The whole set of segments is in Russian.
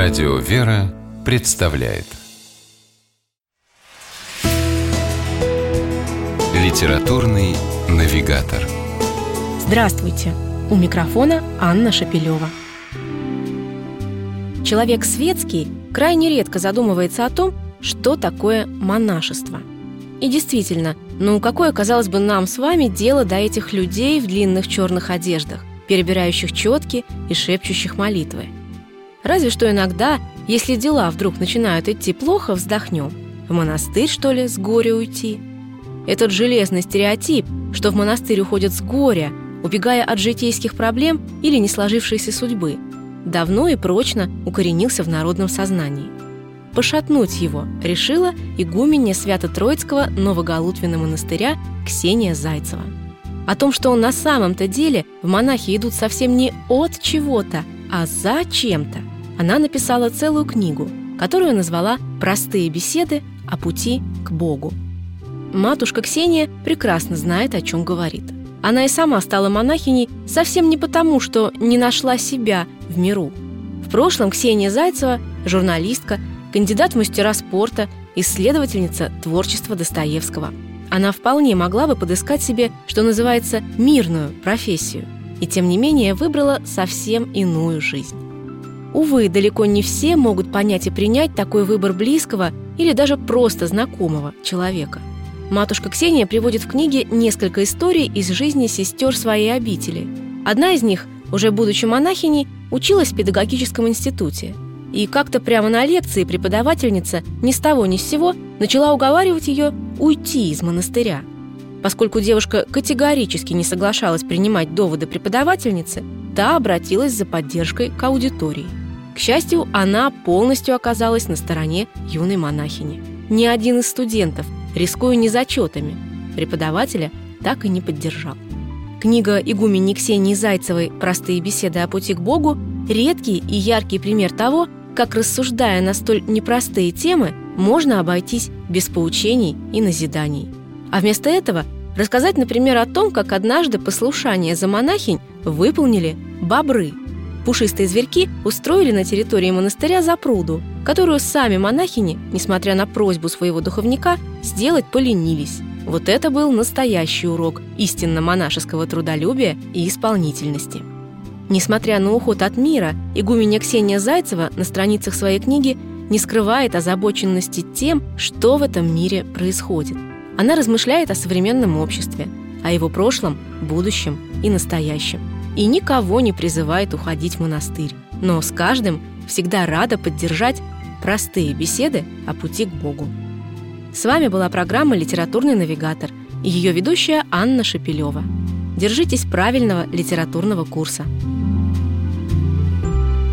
Радио «Вера» представляет Литературный навигатор. Здравствуйте! У микрофона Анна Шапилева. Человек светский крайне редко задумывается о том, что такое монашество. И действительно, какое, казалось бы, нам с вами дело до этих людей в длинных черных одеждах, перебирающих четки и шепчущих молитвы? Разве что иногда, если дела вдруг начинают идти плохо, вздохнем: в монастырь, что ли, с горя уйти? Этот железный стереотип, что в монастырь уходят с горя, убегая от житейских проблем или не сложившейся судьбы, давно и прочно укоренился в народном сознании. Пошатнуть его решила игуменья Свято-Троицкого Новоголутвина монастыря Ксения Зайцева. О том, что на самом-то деле в монахи идут совсем не от чего-то, а за чем-то, она написала целую книгу, которую назвала «Простые беседы о пути к Богу». Матушка Ксения прекрасно знает, о чем говорит. Она и сама стала монахиней совсем не потому, что не нашла себя в миру. В прошлом Ксения Зайцева – журналистка, кандидат в мастера спорта, исследовательница творчества Достоевского. Она вполне могла бы подыскать себе, что называется, мирную профессию, и тем не менее выбрала совсем иную жизнь. Увы, далеко не все могут понять и принять такой выбор близкого или даже просто знакомого человека. Матушка Ксения приводит в книге несколько историй из жизни сестер своей обители. Одна из них, уже будучи монахиней, училась в педагогическом институте. И как-то прямо на лекции преподавательница ни с того ни с сего начала уговаривать ее уйти из монастыря. Поскольку девушка категорически не соглашалась принимать доводы преподавательницы, та обратилась за поддержкой к аудитории. К счастью, она полностью оказалась на стороне юной монахини. Ни один из студентов, рискуя незачетами, преподавателя так и не поддержал. Книга игуменьи Ксении Зайцевой «Простые беседы о пути к Богу» – редкий и яркий пример того, как, рассуждая на столь непростые темы, можно обойтись без поучений и назиданий. А вместо этого рассказать, например, о том, как однажды послушание за монахинь выполнили бобры. Пушистые зверьки устроили на территории монастыря запруду, которую сами монахини, несмотря на просьбу своего духовника, сделать поленились. Вот это был настоящий урок истинно монашеского трудолюбия и исполнительности. Несмотря на уход от мира, игуменья Ксения Зайцева на страницах своей книги не скрывает озабоченности тем, что в этом мире происходит. Она размышляет о современном обществе, о его прошлом, будущем и настоящем. И никого не призывает уходить в монастырь, но с каждым всегда рада поддержать простые беседы о пути к Богу. С вами была программа «Литературный навигатор» и ее ведущая Анна Шапилева. Держитесь правильного литературного курса.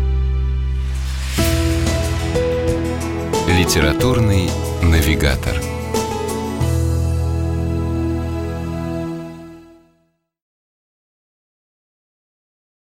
Литературный навигатор.